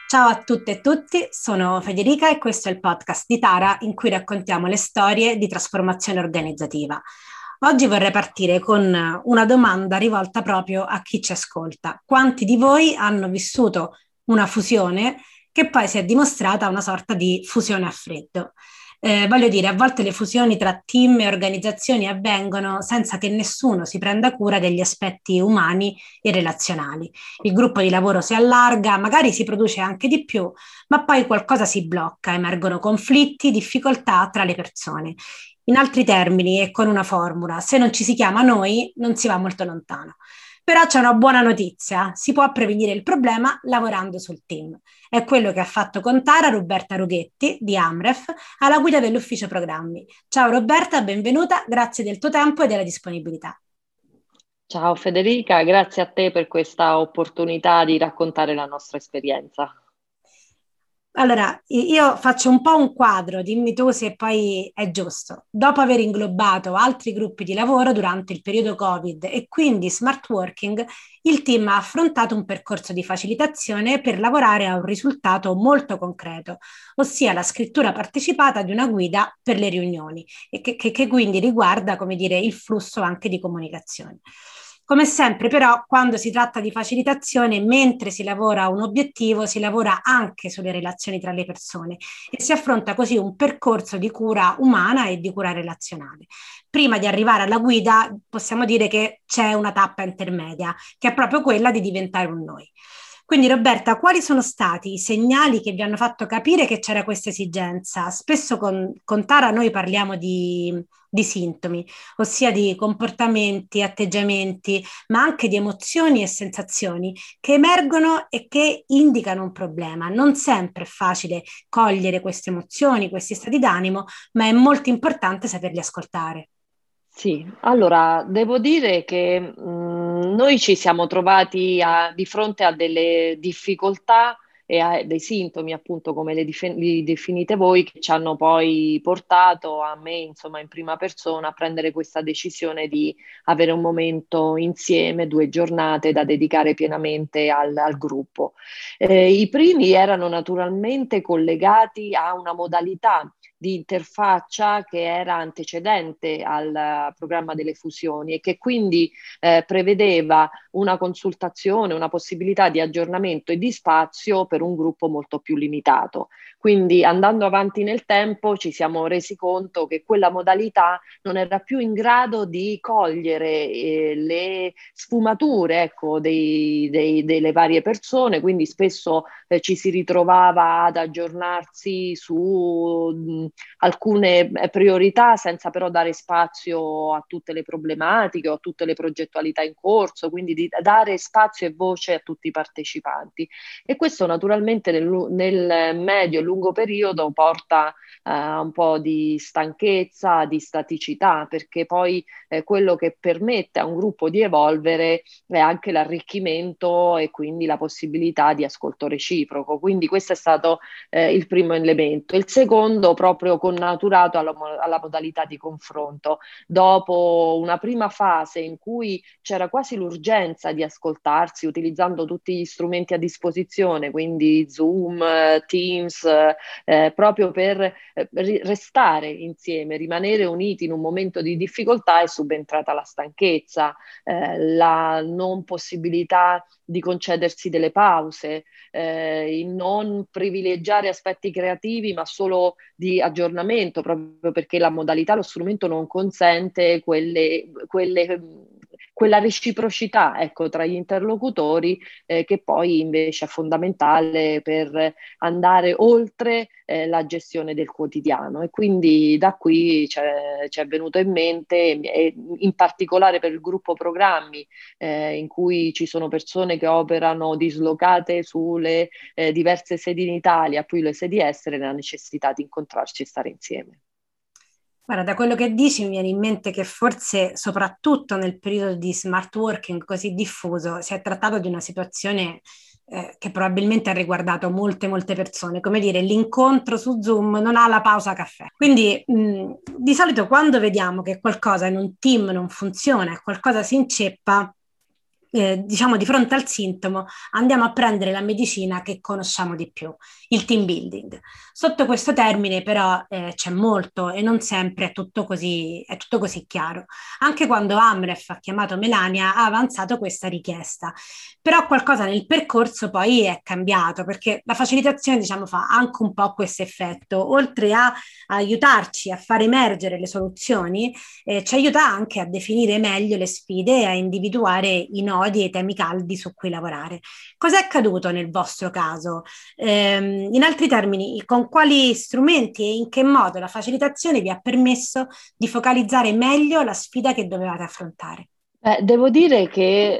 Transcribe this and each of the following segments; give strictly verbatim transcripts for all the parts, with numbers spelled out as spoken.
Ciao a tutte e tutti, sono Federica e questo è il podcast di Tara in cui raccontiamo le storie di trasformazione organizzativa. Oggi vorrei partire con una domanda rivolta proprio a chi ci ascolta. Quanti di voi hanno vissuto una fusione che poi si è dimostrata una sorta di fusione a freddo? Eh, voglio dire, a volte le fusioni tra team e organizzazioni avvengono senza che nessuno si prenda cura degli aspetti umani e relazionali. Il gruppo di lavoro si allarga, magari si produce anche di più, ma poi qualcosa si blocca, emergono conflitti, difficoltà tra le persone. In altri termini e con una formula, se non ci si chiama noi, non si va molto lontano. Però c'è una buona notizia, si può prevenire il problema lavorando sul team. È quello che ha fatto con Tara Roberta Rughetti di Amref alla guida dell'ufficio programmi. Ciao Roberta, benvenuta, grazie del tuo tempo e della disponibilità. Ciao Federica, grazie a te per questa opportunità di raccontare la nostra esperienza. Allora, io faccio un po' un quadro, dimmi tu se poi è giusto. Dopo aver inglobato altri gruppi di lavoro durante il periodo Covid e quindi smart working, il team ha affrontato un percorso di facilitazione per lavorare a un risultato molto concreto, ossia la scrittura partecipata di una guida per le riunioni e che, che, che quindi riguarda, come dire, il flusso anche di comunicazione. Come sempre, però, quando si tratta di facilitazione, mentre si lavora a un obiettivo, si lavora anche sulle relazioni tra le persone e si affronta così un percorso di cura umana e di cura relazionale. Prima di arrivare alla guida, possiamo dire che c'è una tappa intermedia, che è proprio quella di diventare un noi. Quindi Roberta, quali sono stati i segnali che vi hanno fatto capire che c'era questa esigenza? Spesso con, con Tara noi parliamo di, di sintomi, ossia di comportamenti, atteggiamenti, ma anche di emozioni e sensazioni che emergono e che indicano un problema. Non sempre è facile cogliere queste emozioni, questi stati d'animo, ma è molto importante saperli ascoltare. Sì, allora devo dire che mh, noi ci siamo trovati a- di fronte a delle difficoltà e a dei sintomi, appunto, come le dif- li definite voi, che ci hanno poi portato a me, insomma, in prima persona a prendere questa decisione di avere un momento insieme, due giornate da dedicare pienamente al, al gruppo. Eh, i primi erano naturalmente collegati a una modalità di interfaccia che era antecedente al programma delle fusioni e che quindi eh, prevedeva una consultazione, una possibilità di aggiornamento e di spazio per un gruppo molto più limitato. Quindi andando avanti nel tempo ci siamo resi conto che quella modalità non era più in grado di cogliere eh, le sfumature, ecco, dei, dei, delle varie persone, quindi spesso eh, ci si ritrovava ad aggiornarsi su mh, alcune eh, priorità senza però dare spazio a tutte le problematiche o a tutte le progettualità in corso, quindi di dare spazio e voce a tutti i partecipanti. E questo naturalmente nel, nel medio e lungo periodo porta eh, a un po' di stanchezza, di staticità, perché poi eh, quello che permette a un gruppo di evolvere è anche l'arricchimento e quindi la possibilità di ascolto reciproco. Quindi questo è stato eh, il primo elemento. Il secondo, proprio connaturato alla, alla modalità di confronto. Dopo una prima fase in cui c'era quasi l'urgenza di ascoltarsi utilizzando tutti gli strumenti a disposizione, quindi Zoom, Teams, eh, proprio per eh, restare insieme, rimanere uniti in un momento di difficoltà, è subentrata la stanchezza, eh, la non possibilità di concedersi delle pause, eh, il non privilegiare aspetti creativi ma solo di aggiornamento, proprio perché la modalità, lo strumento non consente quelle, quelle, quella reciprocità, ecco, tra gli interlocutori eh, che poi invece è fondamentale per andare oltre eh, la gestione del quotidiano. E quindi da qui ci è venuto in mente, e in particolare per il gruppo programmi, eh, in cui ci sono persone che operano dislocate sulle eh, diverse sedi in Italia, più le sedi estere, la necessità di incontrarci e stare insieme. Guarda, da quello che dici mi viene in mente che forse soprattutto nel periodo di smart working così diffuso si è trattato di una situazione eh, che probabilmente ha riguardato molte, molte persone. Come dire, l'incontro su Zoom non ha la pausa caffè. Quindi mh, di solito quando vediamo che qualcosa in un team non funziona, qualcosa si inceppa, eh, diciamo di fronte al sintomo andiamo a prendere la medicina che conosciamo di più, il team building. Sotto questo termine però eh, c'è molto e non sempre è tutto così, è tutto così chiaro. Anche quando Amref ha chiamato Melania ha avanzato questa richiesta, però qualcosa nel percorso poi è cambiato, perché la facilitazione diciamo fa anche un po' questo effetto, oltre a, a aiutarci a far emergere le soluzioni, eh, ci aiuta anche a definire meglio le sfide e a individuare i nodi e i temi caldi su cui lavorare. Cos'è accaduto nel vostro caso? Eh, in altri termini, con quali strumenti e in che modo la facilitazione vi ha permesso di focalizzare meglio la sfida che dovevate affrontare? Eh, devo dire che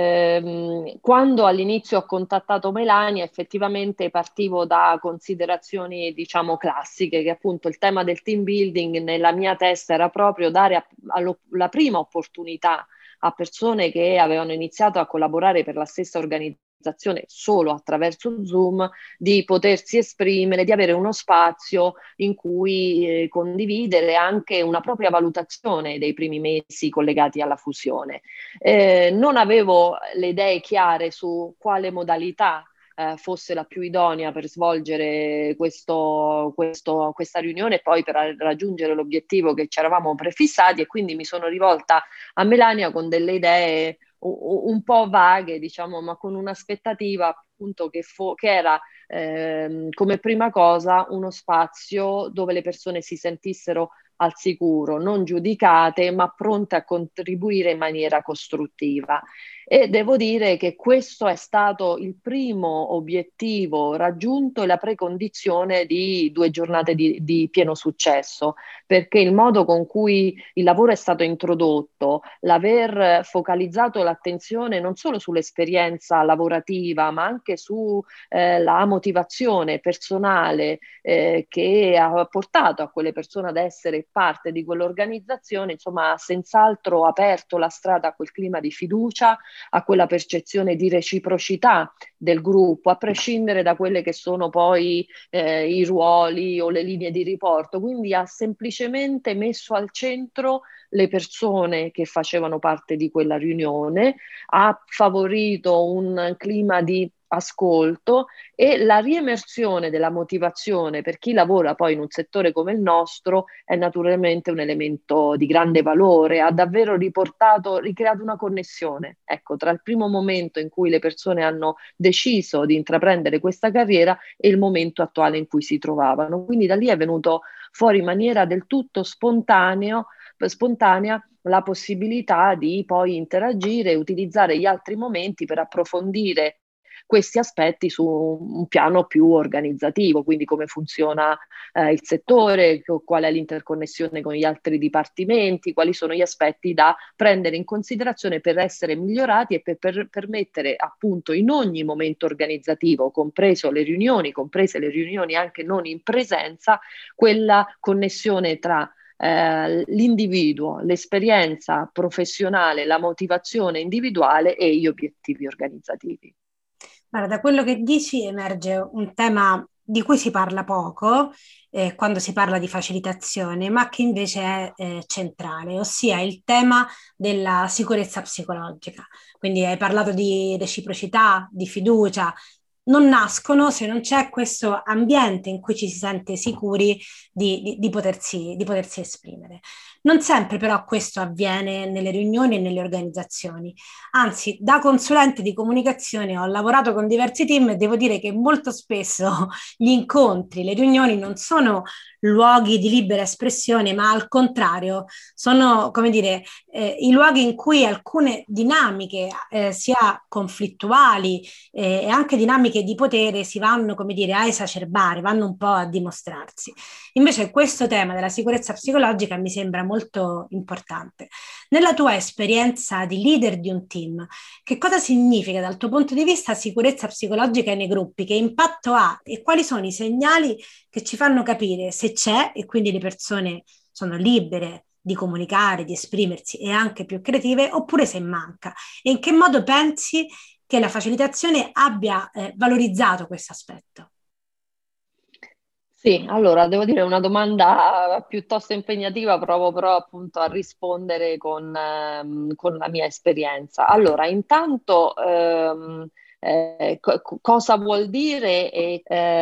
ehm, quando all'inizio ho contattato Melania, effettivamente partivo da considerazioni, diciamo, classiche, che appunto il tema del team building nella mia testa era proprio dare a- allo- la prima opportunità a persone che avevano iniziato a collaborare per la stessa organizzazione solo attraverso Zoom, di potersi esprimere, di avere uno spazio in cui eh, condividere anche una propria valutazione dei primi mesi collegati alla fusione. Eh, non avevo le idee chiare su quale modalità eh, fosse la più idonea per svolgere questo, questo, questa riunione e poi per raggiungere l'obiettivo che ci eravamo prefissati, e quindi mi sono rivolta a Melania con delle idee un po' vaghe, diciamo, ma con un'aspettativa appunto che, fo- che era ehm, come prima cosa uno spazio dove le persone si sentissero al sicuro, non giudicate, ma pronte a contribuire in maniera costruttiva. E devo dire che questo è stato il primo obiettivo raggiunto e la precondizione di due giornate di, di pieno successo, perché il modo con cui il lavoro è stato introdotto, l'aver focalizzato l'attenzione non solo sull'esperienza lavorativa, ma anche sulla eh, motivazione personale eh, che ha portato a quelle persone ad essere parte di quell'organizzazione, insomma, ha senz'altro aperto la strada a quel clima di fiducia, a quella percezione di reciprocità del gruppo, a prescindere da quelle che sono poi eh, i ruoli o le linee di riporto. Quindi ha semplicemente messo al centro le persone che facevano parte di quella riunione, ha favorito un clima di ascolto e la riemersione della motivazione per chi lavora poi in un settore come il nostro è naturalmente un elemento di grande valore, ha davvero riportato, ricreato una connessione, ecco, tra il primo momento in cui le persone hanno deciso di intraprendere questa carriera e il momento attuale in cui si trovavano. Quindi da lì è venuto fuori in maniera del tutto spontaneo, spontanea la possibilità di poi interagire e utilizzare gli altri momenti per approfondire questi aspetti su un piano più organizzativo, quindi come funziona eh, il settore, qual è l'interconnessione con gli altri dipartimenti, quali sono gli aspetti da prendere in considerazione per essere migliorati e per, per permettere appunto in ogni momento organizzativo, compreso le riunioni, comprese le riunioni anche non in presenza, quella connessione tra eh, l'individuo, l'esperienza professionale, la motivazione individuale e gli obiettivi organizzativi. Guarda, da quello che dici emerge un tema di cui si parla poco eh, quando si parla di facilitazione, ma che invece è eh, centrale, ossia il tema della sicurezza psicologica. Quindi hai parlato di reciprocità, di fiducia. Non nascono se non c'è questo ambiente in cui ci si sente sicuri di, di, di potersi, di potersi esprimere. Non sempre però questo avviene nelle riunioni e nelle organizzazioni. Anzi, da consulente di comunicazione ho lavorato con diversi team e devo dire che molto spesso gli incontri, le riunioni non sono luoghi di libera espressione, ma al contrario sono, come dire, eh, i luoghi in cui alcune dinamiche, eh, sia conflittuali eh, e anche dinamiche di potere, si vanno, come dire, a esacerbare, vanno un po' a dimostrarsi. Invece questo tema della sicurezza psicologica mi sembra molto importante. Nella tua esperienza di leader di un team, che cosa significa dal tuo punto di vista sicurezza psicologica nei gruppi? Che impatto ha e quali sono i segnali che ci fanno capire se c'è e quindi le persone sono libere di comunicare, di esprimersi e anche più creative, oppure se manca? E in che modo pensi che la facilitazione abbia eh, valorizzato questo aspetto? Sì, allora devo dire una domanda piuttosto impegnativa, provo però appunto a rispondere con, ehm, con la mia esperienza. Allora, intanto ehm, eh, co- co- cosa vuol dire? E,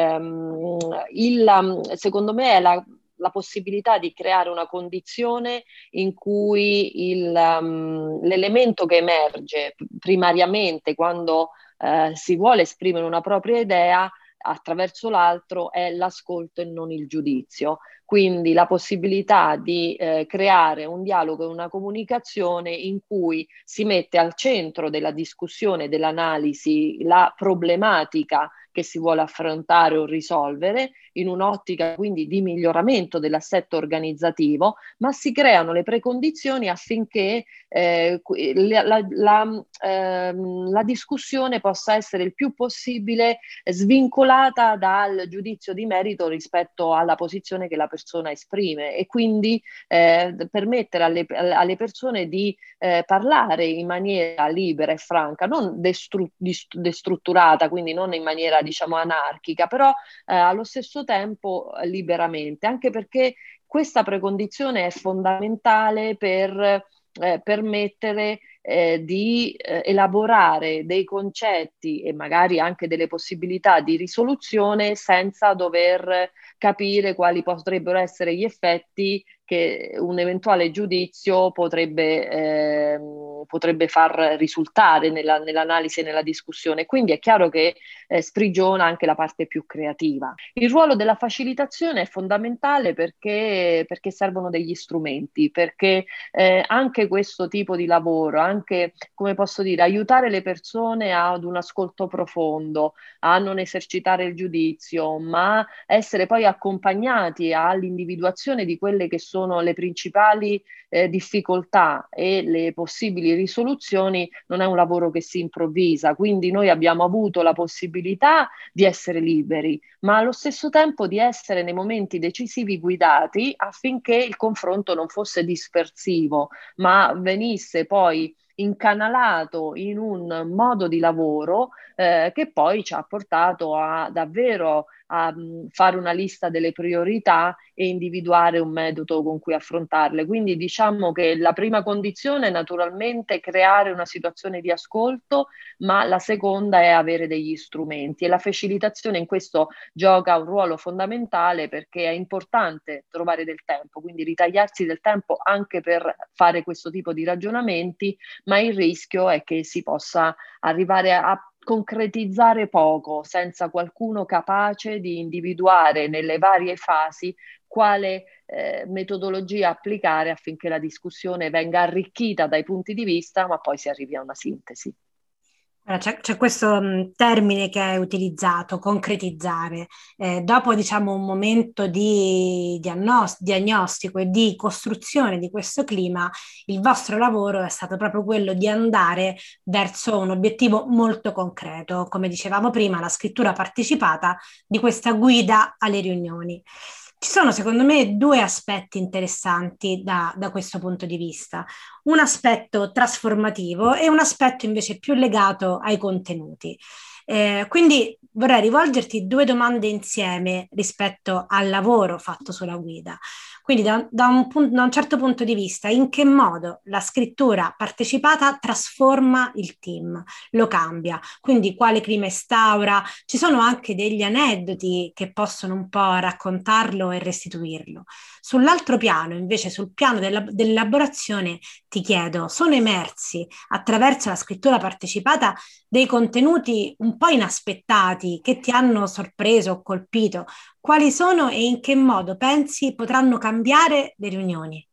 ehm, il, secondo me è la, la possibilità di creare una condizione in cui il, ehm, l'elemento che emerge primariamente quando eh, si vuole esprimere una propria idea attraverso l'altro è l'ascolto e non il giudizio. Quindi la possibilità di eh, creare un dialogo e una comunicazione in cui si mette al centro della discussione, dell'analisi, la problematica che si vuole affrontare o risolvere in un'ottica quindi di miglioramento dell'assetto organizzativo, ma si creano le precondizioni affinché eh, la, la, la, ehm, la discussione possa essere il più possibile svincolata dal giudizio di merito rispetto alla posizione che la persona esprime e quindi eh, permettere alle, alle, persone di eh, parlare in maniera libera e franca, non destru- destrutturata, quindi non in maniera diciamo anarchica, però eh, allo stesso tempo liberamente, anche perché questa precondizione è fondamentale per eh, permettere eh, di eh, elaborare dei concetti e magari anche delle possibilità di risoluzione senza dover capire quali potrebbero essere gli effetti che un eventuale giudizio potrebbe, eh, potrebbe far risultare nella, nell'analisi e nella discussione. Quindi è chiaro che eh, sprigiona anche la parte più creativa. Il ruolo della facilitazione è fondamentale perché, perché servono degli strumenti, perché eh, anche questo tipo di lavoro, anche come posso dire, aiutare le persone ad un ascolto profondo, a non esercitare il giudizio, ma essere poi accompagnati all'individuazione di quelle che sono le principali eh, difficoltà e le possibili risoluzioni, non è un lavoro che si improvvisa. Quindi noi abbiamo avuto la possibilità di essere liberi, ma allo stesso tempo di essere nei momenti decisivi guidati affinché il confronto non fosse dispersivo, ma venisse poi incanalato in un modo di lavoro eh, che poi ci ha portato a davvero a mh, fare una lista delle priorità e individuare un metodo con cui affrontarle. Quindi diciamo che la prima condizione è naturalmente creare una situazione di ascolto, ma la seconda è avere degli strumenti e la facilitazione in questo gioca un ruolo fondamentale perché è importante trovare del tempo, quindi ritagliarsi del tempo anche per fare questo tipo di ragionamenti, ma il rischio è che si possa arrivare a concretizzare poco senza qualcuno capace di individuare nelle varie fasi quale eh, metodologia applicare affinché la discussione venga arricchita dai punti di vista, ma poi si arrivi a una sintesi. Allora, C'è, c'è questo mh, termine che è utilizzato, concretizzare. Eh, dopo, diciamo, un momento di diagnos- diagnostico e di costruzione di questo clima, il vostro lavoro è stato proprio quello di andare verso un obiettivo molto concreto, come dicevamo prima, la scrittura partecipata di questa guida alle riunioni. Ci sono, secondo me, due aspetti interessanti da, da questo punto di vista, un aspetto trasformativo e un aspetto invece più legato ai contenuti. Eh, quindi vorrei rivolgerti due domande insieme rispetto al lavoro fatto sulla guida. Quindi da, da, un punto, da un certo punto di vista, in che modo la scrittura partecipata trasforma il team, lo cambia? Quindi quale clima instaura? Ci sono anche degli aneddoti che possono un po' raccontarlo e restituirlo. Sull'altro piano, invece, sul piano della, dell'elaborazione, ti chiedo, sono emersi attraverso la scrittura partecipata dei contenuti un po' inaspettati che ti hanno sorpreso o colpito? Quali sono e in che modo pensi potranno cambiare le riunioni?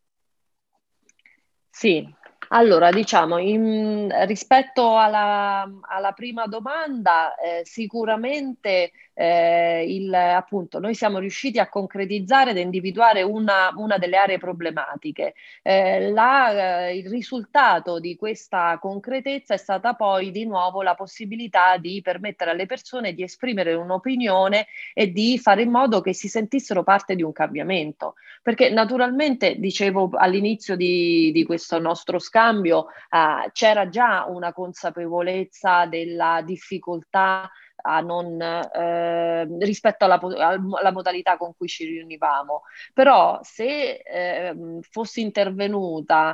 Sì, allora diciamo, in- rispetto alla, alla prima domanda, eh, sicuramente eh, il, appunto, noi siamo riusciti a concretizzare ed individuare una, una delle aree problematiche. Eh, la- eh, il risultato di questa concretezza è stata poi di nuovo la possibilità di permettere alle persone di esprimere un'opinione e di fare in modo che si sentissero parte di un cambiamento. Perché naturalmente, dicevo all'inizio di, di questo nostro scambio, scambio eh, c'era già una consapevolezza della difficoltà a non, eh, rispetto alla, alla modalità con cui ci riunivamo. Però se eh, fossi intervenuta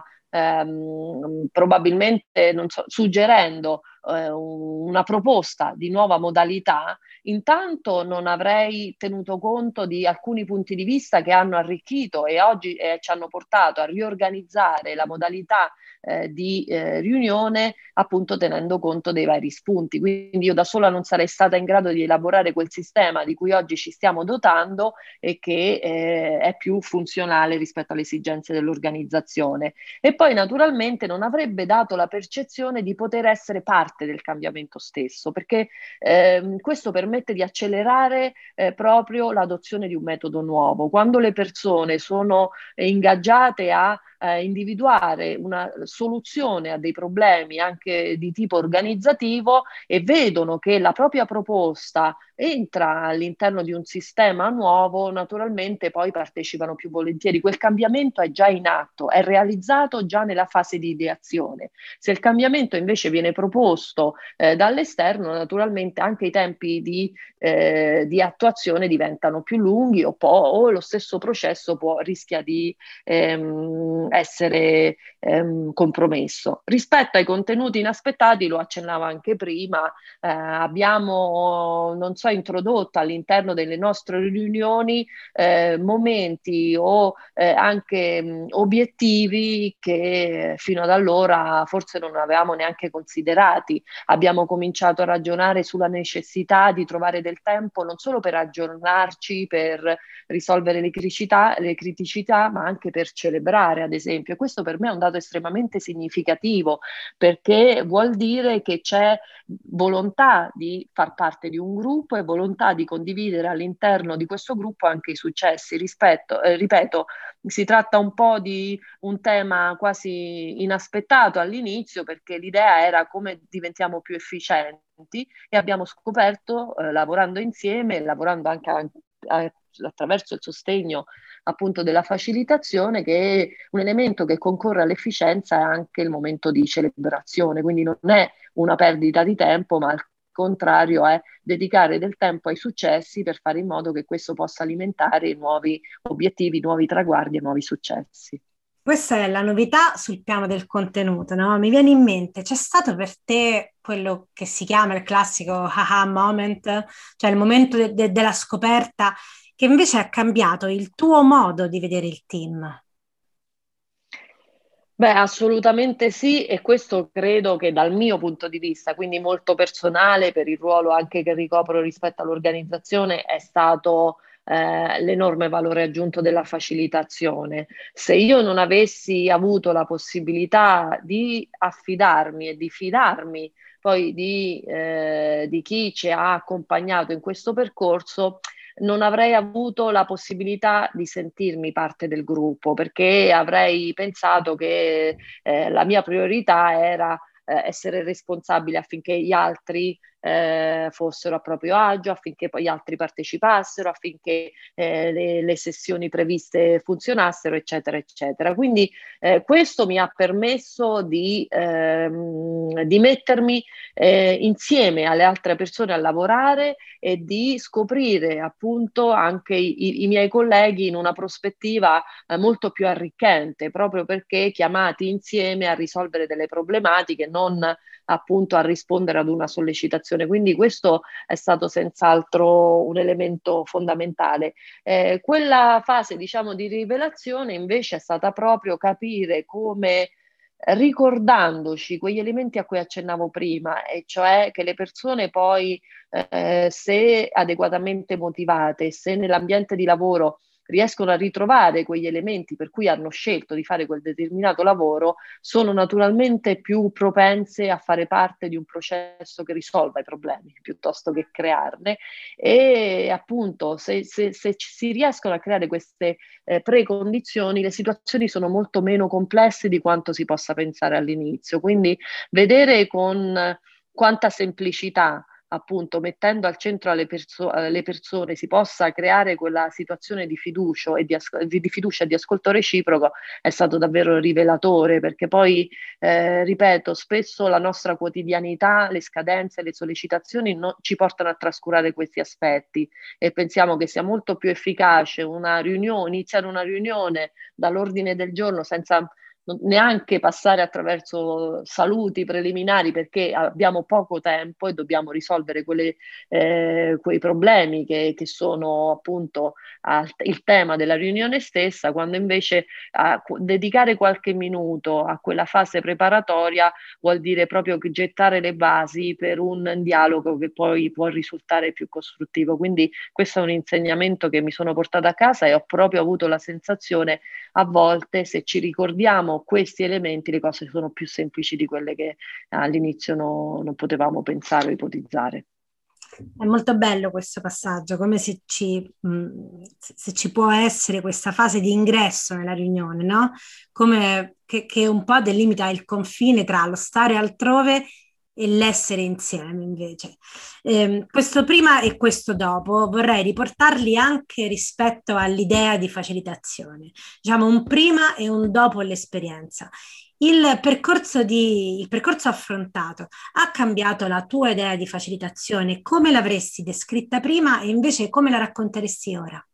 ehm, probabilmente non so, suggerendo eh, una proposta di nuova modalità, intanto non avrei tenuto conto di alcuni punti di vista che hanno arricchito e oggi eh, ci hanno portato a riorganizzare la modalità eh, di eh, riunione, appunto tenendo conto dei vari spunti. Quindi io da sola non sarei stata in grado di elaborare quel sistema di cui oggi ci stiamo dotando e che eh, è più funzionale rispetto alle esigenze dell'organizzazione. E poi naturalmente non avrebbe dato la percezione di poter essere parte del cambiamento stesso, perché eh, questo permette di accelerare eh, proprio l'adozione di un metodo nuovo. Quando le persone sono eh, ingaggiate a eh, individuare una soluzione a dei problemi anche di tipo organizzativo e vedono che la propria proposta entra all'interno di un sistema nuovo, naturalmente poi partecipano più volentieri. Quel cambiamento è già in atto, è realizzato già nella fase di ideazione. Se il cambiamento invece viene proposto eh, dall'esterno, naturalmente anche i tempi di, eh, di attuazione diventano più lunghi o, po- o lo stesso processo può, rischia di ehm, essere ehm, compromesso. Rispetto ai contenuti inaspettati, lo accennavo anche prima, eh, abbiamo, non so, introdotto all'interno delle nostre riunioni eh, momenti o eh, anche mh, obiettivi che fino ad allora forse non avevamo neanche considerati. Abbiamo cominciato a ragionare sulla necessità di trovare del tempo non solo per aggiornarci, per risolvere le criticità, le criticità, ma anche per celebrare, ad esempio. E questo per me è un dato estremamente significativo, perché vuol dire che c'è volontà di far parte di un gruppo e volontà di condividere all'interno di questo gruppo anche i successi. Rispetto, eh, ripeto, si tratta un po' di un tema quasi inaspettato all'inizio, perché l'idea era come diventiamo più efficienti e abbiamo scoperto, eh, lavorando insieme, lavorando anche a, a, attraverso il sostegno appunto della facilitazione, che un elemento che concorre all'efficienza è anche il momento di celebrazione, quindi non è una perdita di tempo, ma al contrario è dedicare del tempo ai successi per fare in modo che questo possa alimentare nuovi obiettivi, nuovi traguardi e nuovi successi. Questa è la novità sul piano del contenuto, no? Mi viene in mente, c'è stato per te quello che si chiama il classico aha moment, cioè il momento de- de- della scoperta, che invece ha cambiato il tuo modo di vedere il team? Beh, assolutamente sì, e questo credo che dal mio punto di vista, quindi molto personale, per il ruolo anche che ricopro rispetto all'organizzazione, è stato eh, l'enorme valore aggiunto della facilitazione. Se io non avessi avuto la possibilità di affidarmi e di fidarmi poi di, eh, di chi ci ha accompagnato in questo percorso, non avrei avuto la possibilità di sentirmi parte del gruppo, perché avrei pensato che eh, la mia priorità era eh, essere responsabile affinché gli altri eh, fossero a proprio agio, affinché poi gli altri partecipassero, affinché eh, le, le sessioni previste funzionassero, eccetera, eccetera. Quindi eh, questo mi ha permesso di, ehm, di mettermi eh, insieme alle altre persone a lavorare e di scoprire appunto anche i, i miei colleghi in una prospettiva eh, molto più arricchente, proprio perché chiamati insieme a risolvere delle problematiche, non appunto a rispondere ad una sollecitazione. Quindi questo è stato senz'altro un elemento fondamentale. Eh, quella fase, diciamo, di rivelazione invece è stata proprio capire come, ricordandoci quegli elementi a cui accennavo prima, e cioè che le persone poi, eh, se adeguatamente motivate, se nell'ambiente di lavoro riescono a ritrovare quegli elementi per cui hanno scelto di fare quel determinato lavoro, sono naturalmente più propense a fare parte di un processo che risolva i problemi piuttosto che crearne. E appunto, se, se, se si riescono a creare queste eh, precondizioni, le situazioni sono molto meno complesse di quanto si possa pensare all'inizio. Quindi vedere con quanta semplicità appunto mettendo al centro le, perso- le persone si possa creare quella situazione di fiducia e di, as- di fiducia e di ascolto reciproco è stato davvero rivelatore, perché poi, eh, ripeto, spesso la nostra quotidianità, le scadenze, le sollecitazioni no, ci portano a trascurare questi aspetti e pensiamo che sia molto più efficace una riunione, iniziare una riunione dall'ordine del giorno senza neanche passare attraverso saluti preliminari, perché abbiamo poco tempo e dobbiamo risolvere quelle, eh, quei problemi che, che sono appunto al, il tema della riunione stessa, quando invece a, dedicare qualche minuto a quella fase preparatoria vuol dire proprio gettare le basi per un dialogo che poi può risultare più costruttivo. Quindi questo è un insegnamento che mi sono portata a casa e ho proprio avuto la sensazione, a volte, se ci ricordiamo questi elementi, le cose sono più semplici di quelle che all'inizio no, non potevamo pensare o ipotizzare. È molto bello questo passaggio, come se ci, mh, se ci può essere questa fase di ingresso nella riunione, no? Come che, che un po' delimita il confine tra lo stare altrove e l'essere insieme invece. Eh, questo prima e questo dopo vorrei riportarli anche rispetto all'idea di facilitazione, diciamo un prima e un dopo l'esperienza. Il percorso, di, il percorso affrontato ha cambiato la tua idea di facilitazione? Come l'avresti descritta prima e invece come la racconteresti ora?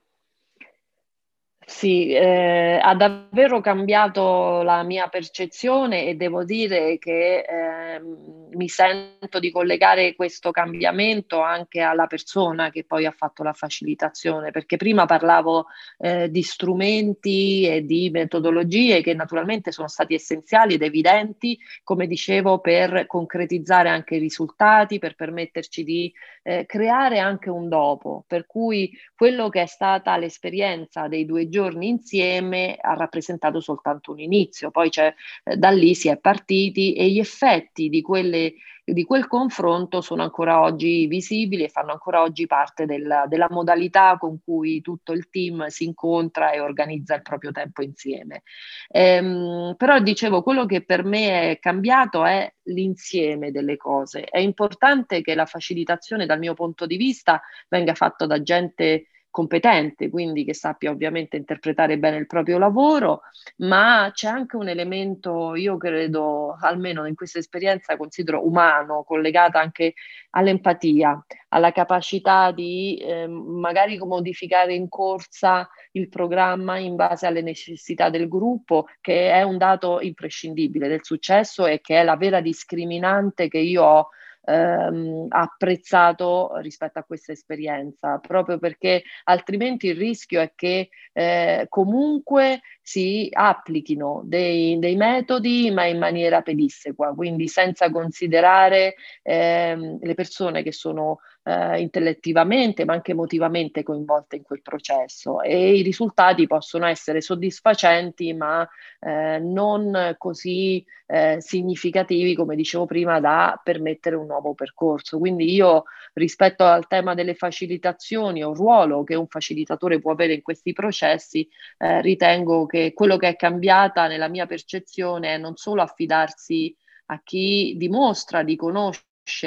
Sì, eh, ha davvero cambiato la mia percezione e devo dire che eh, mi sento di collegare questo cambiamento anche alla persona che poi ha fatto la facilitazione, perché prima parlavo eh, di strumenti e di metodologie che naturalmente sono stati essenziali ed evidenti, come dicevo, per concretizzare anche i risultati, per permetterci di eh, creare anche un dopo, per cui quello che è stata l'esperienza dei due giorni insieme ha rappresentato soltanto un inizio, poi c'è, eh, da lì si è partiti e gli effetti di, quelle, di quel confronto sono ancora oggi visibili e fanno ancora oggi parte del, della modalità con cui tutto il team si incontra e organizza il proprio tempo insieme. Ehm, però dicevo, quello che per me è cambiato è l'insieme delle cose. È importante che la facilitazione, dal mio punto di vista, venga fatta da gente competente, quindi che sappia ovviamente interpretare bene il proprio lavoro, ma c'è anche un elemento, io credo, almeno in questa esperienza considero umano, collegata anche all'empatia, alla capacità di eh, magari modificare in corsa il programma in base alle necessità del gruppo, che è un dato imprescindibile del successo e che è la vera discriminante che io ho ehm, apprezzato rispetto a questa esperienza, proprio perché altrimenti il rischio è che eh, comunque si applichino dei, dei metodi ma in maniera pedissequa, quindi senza considerare ehm, le persone che sono eh, intellettivamente ma anche emotivamente coinvolte in quel processo, e i risultati possono essere soddisfacenti ma eh, non così eh, significativi, come dicevo prima, da permettere un nuovo percorso. Quindi io, rispetto al tema delle facilitazioni o il ruolo che un facilitatore può avere in questi processi, eh, ritengo che quello che è cambiata nella mia percezione è non solo affidarsi a chi dimostra di conoscere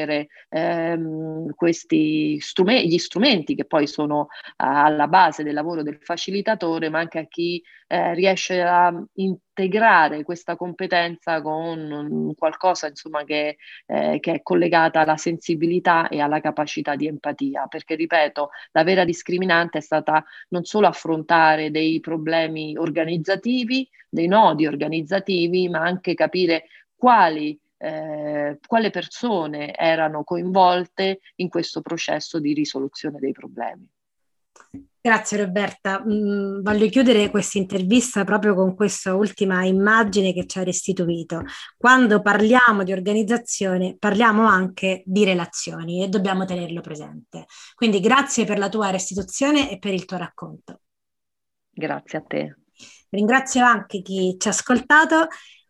ehm, questi strumenti, gli strumenti che poi sono alla base del lavoro del facilitatore, ma anche a chi eh, riesce a integrare questa competenza con qualcosa, insomma, che, eh, che è collegata alla sensibilità e alla capacità di empatia, perché ripeto, la vera discriminante è stata non solo affrontare dei problemi organizzativi, dei nodi organizzativi, ma anche capire quali Eh, quale persone erano coinvolte in questo processo di risoluzione dei problemi. Grazie Roberta. Mm, voglio chiudere questa intervista proprio con questa ultima immagine che ci ha restituito. Quando parliamo di organizzazione, parliamo anche di relazioni e dobbiamo tenerlo presente. Quindi grazie per la tua restituzione e per il tuo racconto. Grazie a te. Ringrazio anche chi ci ha ascoltato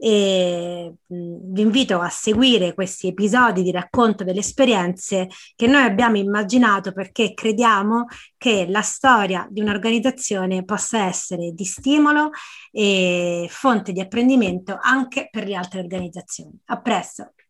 e mh, vi invito a seguire questi episodi di racconto delle esperienze che noi abbiamo immaginato, perché crediamo che la storia di un'organizzazione possa essere di stimolo e fonte di apprendimento anche per le altre organizzazioni. A presto!